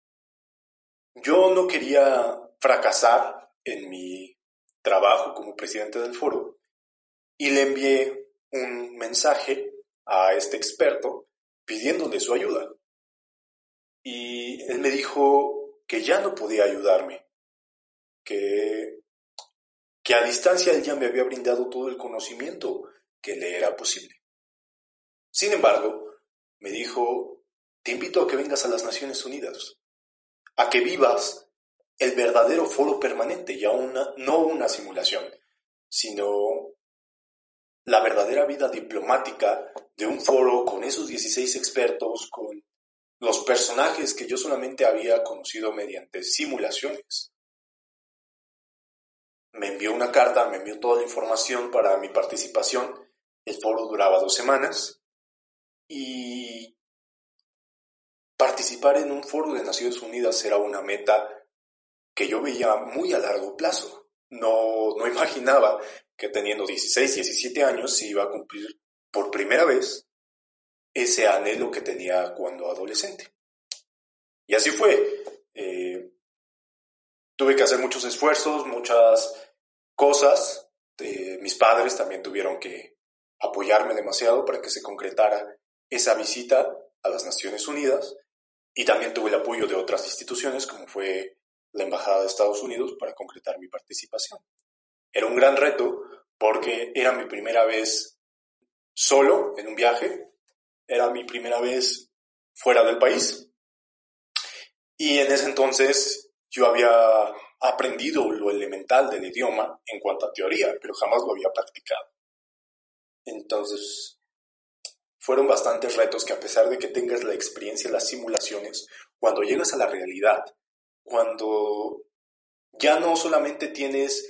Yo no quería fracasar en mi trabajo como presidente del foro y le envié un mensaje a este experto pidiéndole su ayuda. Y él me dijo que ya no podía ayudarme, que a distancia él ya me había brindado todo el conocimiento que le era posible. Sin embargo, me dijo, te invito a que vengas a las Naciones Unidas, a que vivas el verdadero foro permanente, ya no una simulación, sino la verdadera vida diplomática de un foro con esos 16 expertos, con los personajes que yo solamente había conocido mediante simulaciones. Me envió una carta, me envió toda la información para mi participación. El foro duraba 2 semanas y participar en un foro de Naciones Unidas era una meta que yo veía muy a largo plazo. No imaginaba que teniendo 16, 17 años se iba a cumplir por primera vez ese anhelo que tenía cuando adolescente. Y así fue. Tuve que hacer muchos esfuerzos, muchas cosas. Mis padres también tuvieron que apoyarme demasiado para que se concretara esa visita a las Naciones Unidas. Y también tuve el apoyo de otras instituciones, como fue la Embajada de Estados Unidos, para concretar mi participación. Era un gran reto porque era mi primera vez solo en un viaje, era mi primera vez fuera del país. Y en ese entonces yo había aprendido lo elemental del idioma en cuanto a teoría, pero jamás lo había practicado. Entonces, fueron bastantes retos que, a pesar de que tengas la experiencia en las simulaciones, cuando llegas a la realidad, cuando ya no solamente tienes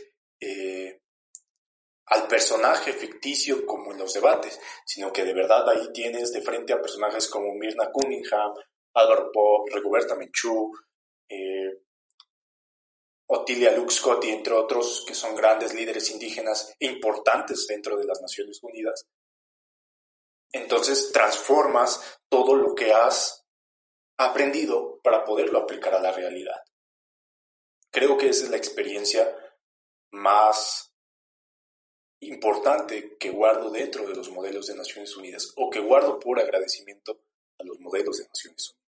al personaje ficticio como en los debates, sino que de verdad ahí tienes de frente a personajes como Mirna Cunningham, Álvaro Pop, Rigoberta Menchú, Otilia Lux-Scotty, entre otros, que son grandes líderes indígenas e importantes dentro de las Naciones Unidas. Entonces transformas todo lo que has aprendido para poderlo aplicar a la realidad. Creo que esa es la experiencia más importante que guardo dentro de los modelos de Naciones Unidas, o que guardo por agradecimiento a los modelos de Naciones Unidas.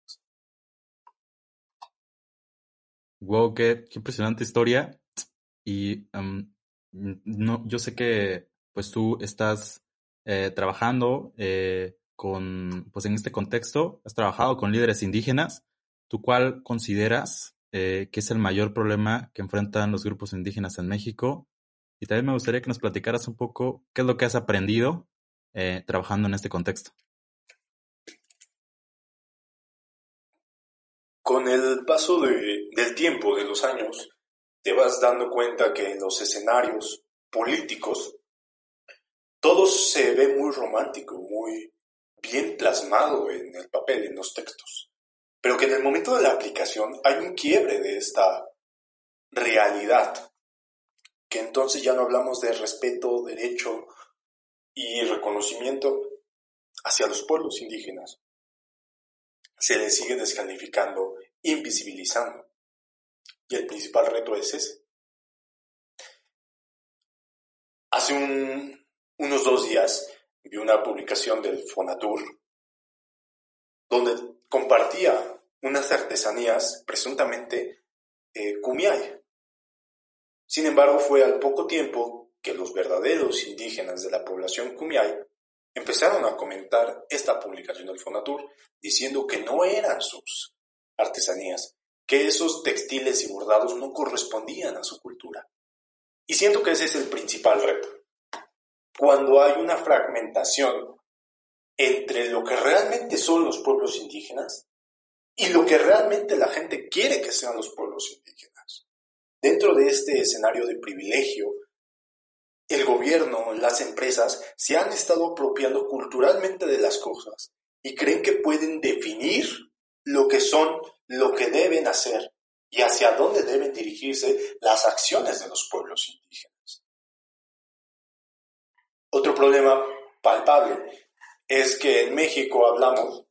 Wow, qué impresionante historia. Y no, yo sé que pues tú estás trabajando pues en este contexto, has trabajado con líderes indígenas. ¿Tú cuál consideras que es el mayor problema que enfrentan los grupos indígenas en México? Y también me gustaría que nos platicaras un poco qué es lo que has aprendido trabajando en este contexto. Con el paso del tiempo, de los años, te vas dando cuenta que en los escenarios políticos todo se ve muy romántico, muy bien plasmado en el papel, en los textos, pero que en el momento de la aplicación hay un quiebre de esta realidad, que entonces ya no hablamos de respeto, derecho y reconocimiento hacia los pueblos indígenas. Se les sigue descalificando, invisibilizando. Y el principal reto es ese. Hace unos 2 días vi una publicación del Fonatur donde compartía unas artesanías presuntamente kumiai. Sin embargo, fue al poco tiempo que los verdaderos indígenas de la población Kumiai empezaron a comentar esta publicación del Fonatur, diciendo que no eran sus artesanías, que esos textiles y bordados no correspondían a su cultura. Y siento que ese es el principal reto. Cuando hay una fragmentación entre lo que realmente son los pueblos indígenas y lo que realmente la gente quiere que sean los pueblos indígenas. Dentro de este escenario de privilegio, el gobierno, las empresas, se han estado apropiando culturalmente de las cosas y creen que pueden definir lo que son, lo que deben hacer y hacia dónde deben dirigirse las acciones de los pueblos indígenas. Otro problema palpable es que en México hablamos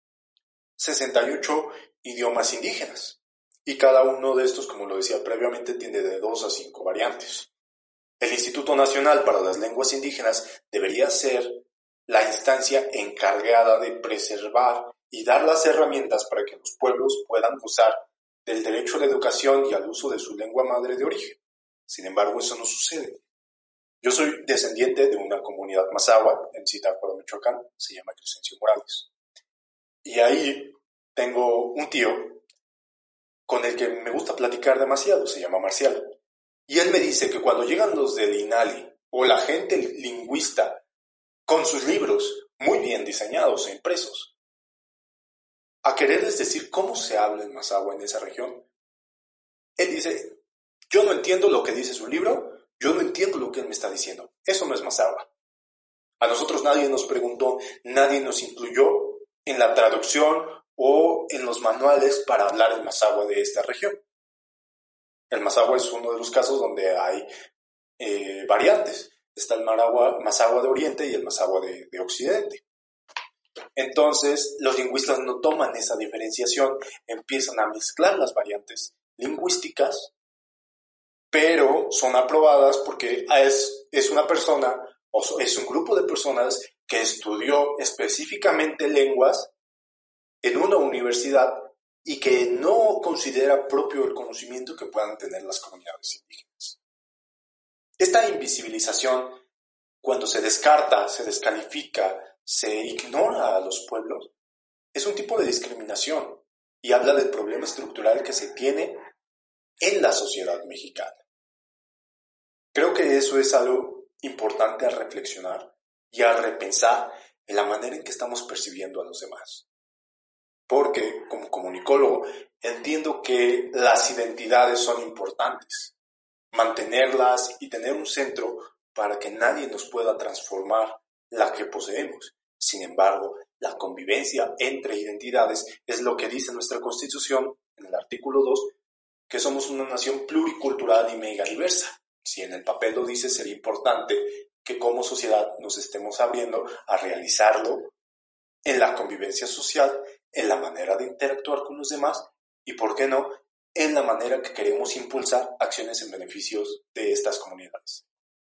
68 idiomas indígenas y cada uno de estos, como lo decía previamente, tiene de 2 a 5 variantes. El Instituto Nacional para las Lenguas Indígenas debería ser la instancia encargada de preservar y dar las herramientas para que los pueblos puedan gozar del derecho a la educación y al uso de su lengua madre de origen. Sin embargo, eso no sucede. Yo soy descendiente de una comunidad mazahua en Zitácuaro, Michoacán, se llama Crescencio Morales. Y ahí tengo un tío con el que me gusta platicar demasiado, se llama Marcial. Y él me dice que cuando llegan los del INALI o la gente lingüista con sus libros muy bien diseñados e impresos, a quererles decir cómo se habla el mazahua en esa región, él dice, yo no entiendo lo que dice su libro, yo no entiendo lo que él me está diciendo. Eso no es mazahua. A nosotros nadie nos preguntó, nadie nos incluyó en la traducción o en los manuales para hablar el mazahua de esta región. El mazahua es uno de los casos donde hay variantes. Está el mazahua de Oriente y el mazahua de Occidente. Entonces, los lingüistas no toman esa diferenciación, empiezan a mezclar las variantes lingüísticas, pero son aprobadas porque es una persona o es un grupo de personas que estudió específicamente lenguas en una universidad y que no considera propio el conocimiento que puedan tener las comunidades indígenas. Esta invisibilización, cuando se descarta, se descalifica, se ignora a los pueblos, es un tipo de discriminación y habla del problema estructural que se tiene en la sociedad mexicana. Creo que eso es algo importante a reflexionar y a repensar en la manera en que estamos percibiendo a los demás. Porque, como comunicólogo, entiendo que las identidades son importantes. Mantenerlas y tener un centro para que nadie nos pueda transformar la que poseemos. Sin embargo, la convivencia entre identidades es lo que dice nuestra Constitución, en el artículo 2, que somos una nación pluricultural y mega diversa. Si en el papel lo dice, sería importante que como sociedad nos estemos abriendo a realizarlo en la convivencia social, en la manera de interactuar con los demás y, ¿por qué no?, en la manera que queremos impulsar acciones en beneficios de estas comunidades.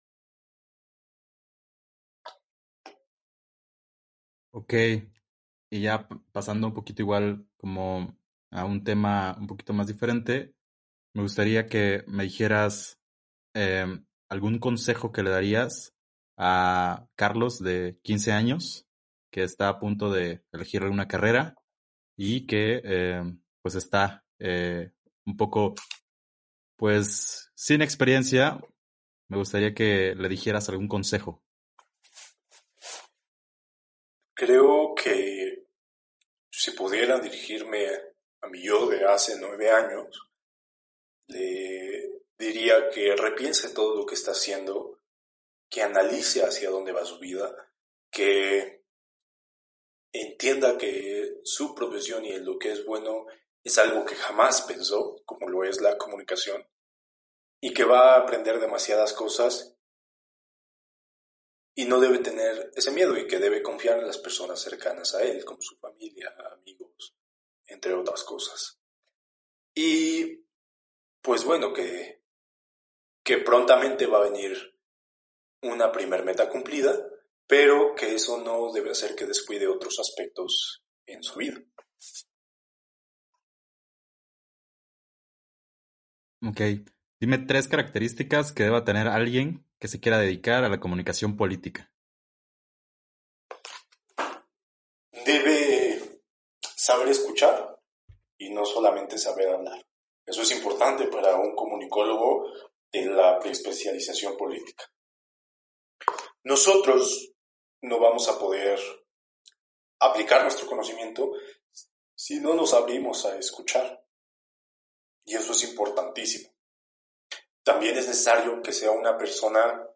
Ok, y ya pasando un poquito igual como a un tema un poquito más diferente, me gustaría que me dijeras algún consejo que le darías a Carlos de 15 años que está a punto de elegir una carrera y que pues está un poco pues sin experiencia. Me gustaría que le dijeras algún consejo. Creo que si pudiera dirigirme a mi yo de hace 9 años, le diría que repiense todo lo que está haciendo, que analice hacia dónde va su vida, que entienda que su profesión y lo que es bueno es algo que jamás pensó, como lo es la comunicación, y que va a aprender demasiadas cosas y no debe tener ese miedo y que debe confiar en las personas cercanas a él, como su familia, amigos, entre otras cosas. Y pues bueno, que prontamente va a venir una primer meta cumplida, pero que eso no debe hacer que descuide otros aspectos en su vida. Ok, Dime 3 características que deba tener alguien que se quiera dedicar a la comunicación política. Debe saber escuchar y no solamente saber hablar. Eso es importante para un comunicólogo en la preespecialización política. Nosotros no vamos a poder aplicar nuestro conocimiento si no nos abrimos a escuchar. Y eso es importantísimo. También es necesario que sea una persona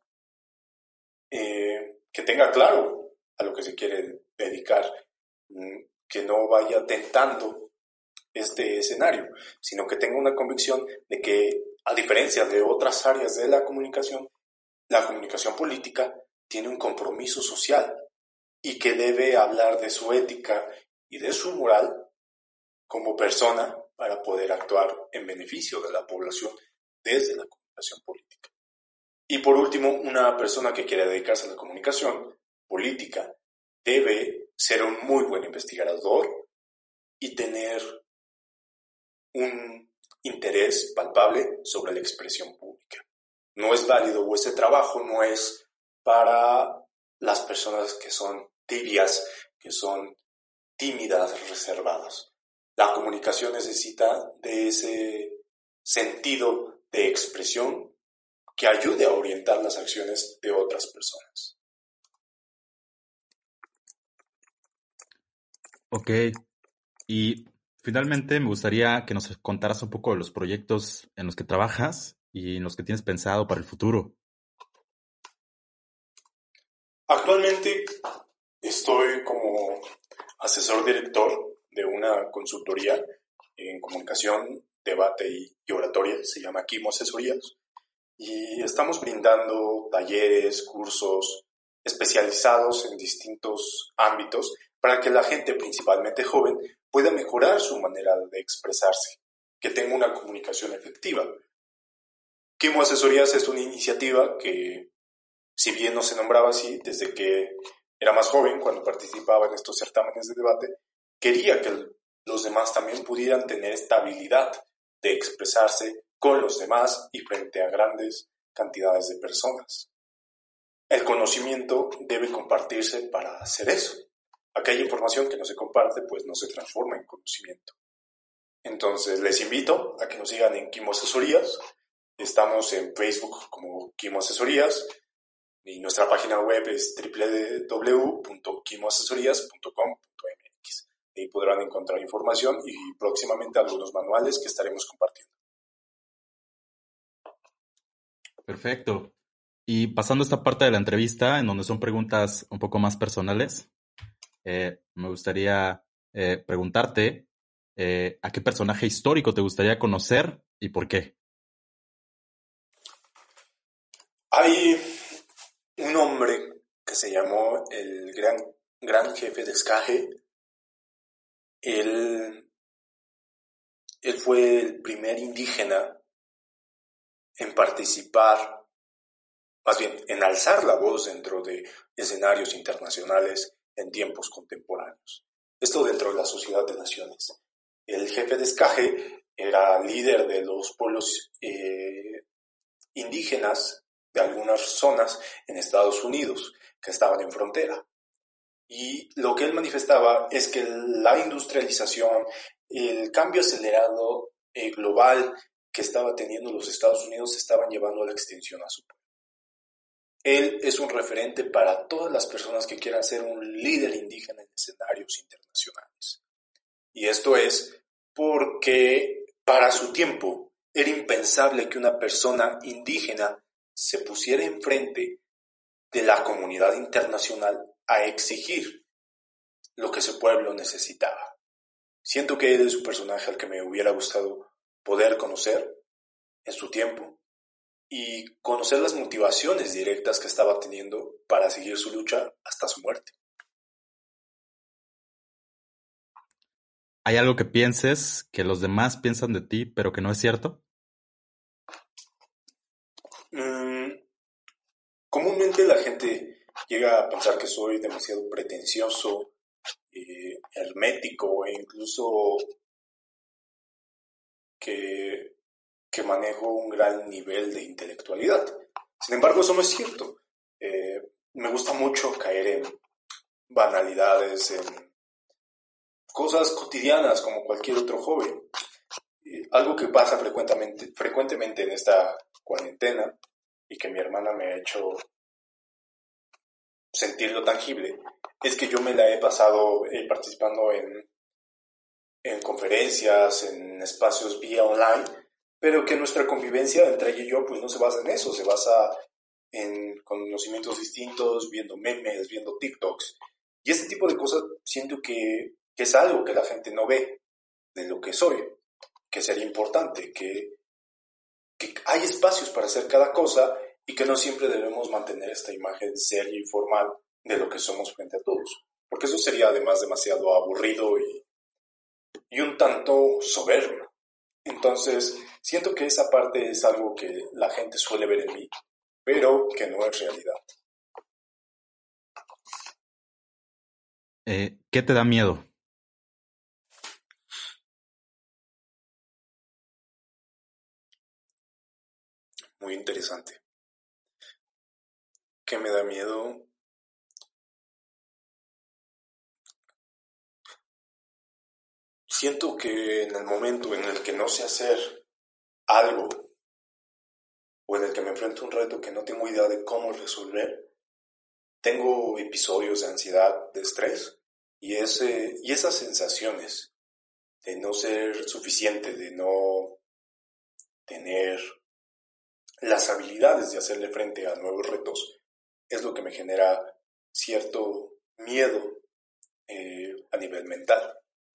que tenga claro a lo que se quiere dedicar, que no vaya tentando este escenario, sino que tenga una convicción de que, a diferencia de otras áreas de la comunicación política tiene un compromiso social y que debe hablar de su ética y de su moral como persona para poder actuar en beneficio de la población desde la comunicación política. Y por último, una persona que quiera dedicarse a la comunicación política debe ser un muy buen investigador y tener un interés palpable sobre la expresión pública. No es válido, o ese trabajo no es para las personas que son tibias, que son tímidas, reservadas. La comunicación necesita de ese sentido de expresión que ayude a orientar las acciones de otras personas. Ok, y finalmente me gustaría que nos contaras un poco de los proyectos en los que trabajas y en los que tienes pensado para el futuro. Actualmente estoy como asesor director de una consultoría en comunicación, debate y oratoria, se llama Quimo Asesorías, y estamos brindando talleres, cursos especializados en distintos ámbitos para que la gente, principalmente joven, pueda mejorar su manera de expresarse, que tenga una comunicación efectiva. Quimo Asesorías es una iniciativa que, si bien no se nombraba así desde que era más joven, cuando participaba en estos certámenes de debate, quería que los demás también pudieran tener esta habilidad de expresarse con los demás y frente a grandes cantidades de personas. El conocimiento debe compartirse para hacer eso. Aquella información que no se comparte, pues no se transforma en conocimiento. Entonces, les invito a que nos sigan en Quimo Asesorías. Estamos en Facebook como Quimo Asesorías y nuestra página web es www.quimoasesorías.com.mx. Ahí podrán encontrar información y próximamente algunos manuales que estaremos compartiendo. Perfecto. Y pasando a esta parte de la entrevista, en donde son preguntas un poco más personales, me gustaría preguntarte ¿a qué personaje histórico te gustaría conocer y por qué? Hay un hombre que se llamó el gran jefe de Escaje. Él fue el primer indígena en participar, más bien en alzar la voz dentro de escenarios internacionales en tiempos contemporáneos. Esto dentro de la Sociedad de Naciones. El jefe de Escaje era líder de los pueblos indígenas de algunas zonas en Estados Unidos que estaban en frontera. Y lo que él manifestaba es que la industrialización, el cambio acelerado global que estaba teniendo los Estados Unidos estaban llevando a la extinción a su pueblo. Él es un referente para todas las personas que quieran ser un líder indígena en escenarios internacionales. Y esto es porque para su tiempo era impensable que una persona indígena se pusiera enfrente de la comunidad internacional a exigir lo que su pueblo necesitaba. Siento que él es un personaje al que me hubiera gustado poder conocer en su tiempo y conocer las motivaciones directas que estaba teniendo para seguir su lucha hasta su muerte. ¿Hay algo que pienses que los demás piensan de ti, pero que no es cierto? Comúnmente la gente llega a pensar que soy demasiado pretencioso, hermético e incluso que que manejo un gran nivel de intelectualidad. Sin embargo, eso no es cierto. Me gusta mucho caer en banalidades, en cosas cotidianas como cualquier otro joven. Algo que pasa frecuentemente en esta cuarentena y que mi hermana me ha hecho sentirlo tangible, es que yo me la he pasado participando en conferencias, en espacios vía online, pero que nuestra convivencia entre ella y yo pues no se basa en eso, se basa en conocimientos distintos, viendo memes, viendo TikToks. Y este tipo de cosas siento que es algo que la gente no ve de lo que soy, que sería importante, que hay espacios para hacer cada cosa y que no siempre debemos mantener esta imagen seria y formal de lo que somos frente a todos. Porque eso sería además demasiado aburrido y un tanto soberbio. Entonces, siento que esa parte es algo que la gente suele ver en mí, pero que no es realidad. ¿Qué te da miedo? Muy interesante. ¿Qué me da miedo? Siento que en el momento en el que no sé hacer algo o en el que me enfrento a un reto que no tengo idea de cómo resolver, tengo episodios de ansiedad, de estrés y esas sensaciones de no ser suficiente, de no tener las habilidades de hacerle frente a nuevos retos, es lo que me genera cierto miedo a nivel mental.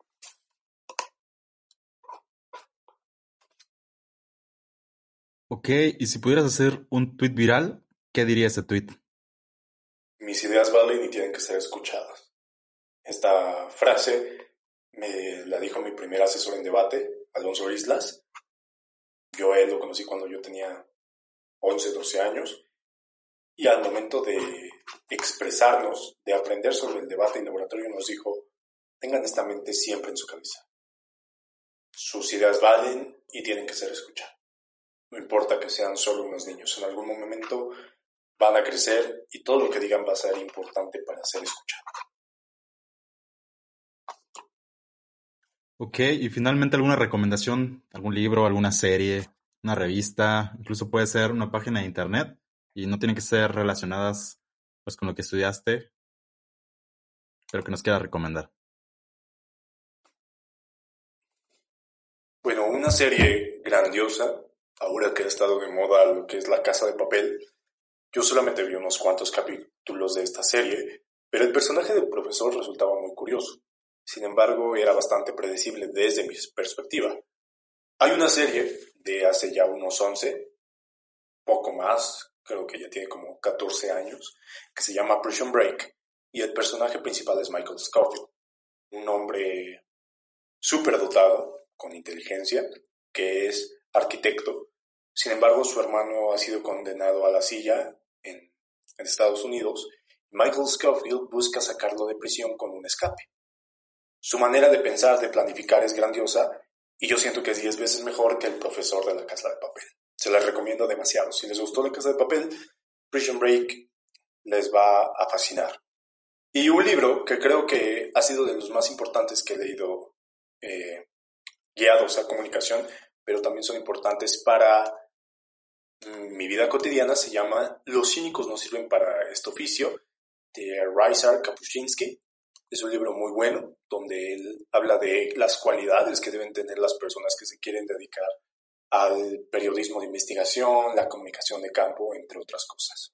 Ok, y si pudieras hacer un tweet viral, ¿qué diría ese tweet? Mis ideas valen y tienen que ser escuchadas. Esta frase me la dijo mi primer asesor en debate, Alonso Islas. Yo a él lo conocí cuando yo tenía 11, 12 años y al momento de expresarnos, de aprender sobre el debate en laboratorio, nos dijo: tengan esta mente siempre en su cabeza. Sus ideas valen y tienen que ser escuchadas. No importa que sean solo unos niños, en algún momento van a crecer y todo lo que digan va a ser importante para ser escuchado. Ok, y finalmente alguna recomendación, algún libro, alguna serie, una revista, incluso puede ser una página de internet y no tienen que ser relacionadas pues con lo que estudiaste, pero que nos quiera recomendar. Bueno, una serie grandiosa, ahora que ha estado de moda lo que es La Casa de Papel. Yo solamente vi unos cuantos capítulos de esta serie, pero el personaje del profesor resultaba muy curioso. Sin embargo, era bastante predecible desde mi perspectiva. Hay una serie de hace ya unos 11, poco más, creo que ya tiene como 14 años, que se llama Prison Break, y el personaje principal es Michael Scofield, un hombre súper dotado, con inteligencia, que es arquitecto. Sin embargo, su hermano ha sido condenado a la silla en Estados Unidos. Michael Scofield busca sacarlo de prisión con un escape. Su manera de pensar, de planificar es grandiosa y yo siento que es 10 veces mejor que el profesor de La Casa de Papel. Se las recomiendo demasiado. Si les gustó La Casa de Papel, Prison Break les va a fascinar. Y un libro que creo que ha sido de los más importantes que he leído guiados a comunicación, pero también son importantes para mi vida cotidiana, se llama Los cínicos no sirven para este oficio, de Ryszard Kapuscinski. Es un libro muy bueno, donde él habla de las cualidades que deben tener las personas que se quieren dedicar al periodismo de investigación, la comunicación de campo, entre otras cosas.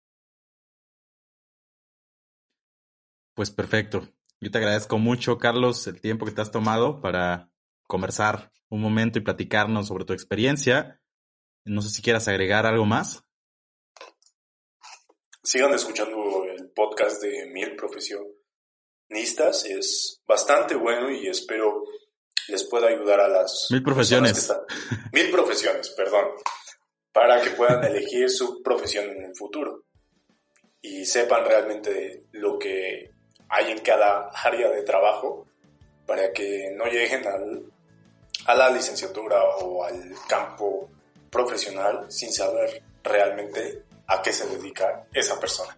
Pues perfecto. Yo te agradezco mucho, Carlos, el tiempo que te has tomado para conversar un momento y platicarnos sobre tu experiencia. No sé si quieras agregar algo más. Sigan escuchando el podcast de Mil Profesionistas, es bastante bueno y espero les pueda ayudar a las 1000 profesiones. Mil profesiones, perdón, para que puedan elegir su profesión en el futuro y sepan realmente lo que hay en cada área de trabajo para que no lleguen a la licenciatura o al campo profesional sin saber realmente a qué se dedica esa persona.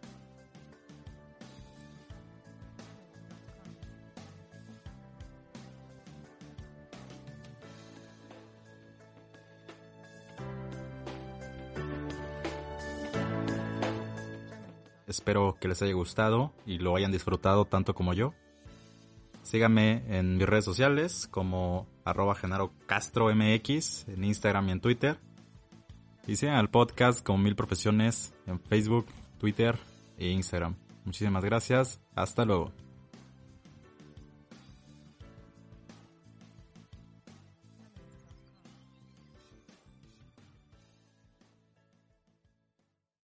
Espero que les haya gustado y lo hayan disfrutado tanto como yo. Síganme en mis redes sociales como @GenaroCastroMX en Instagram y en Twitter. Y sigan al podcast como 1000 Profesiones en Facebook, Twitter e Instagram. Muchísimas gracias. Hasta luego.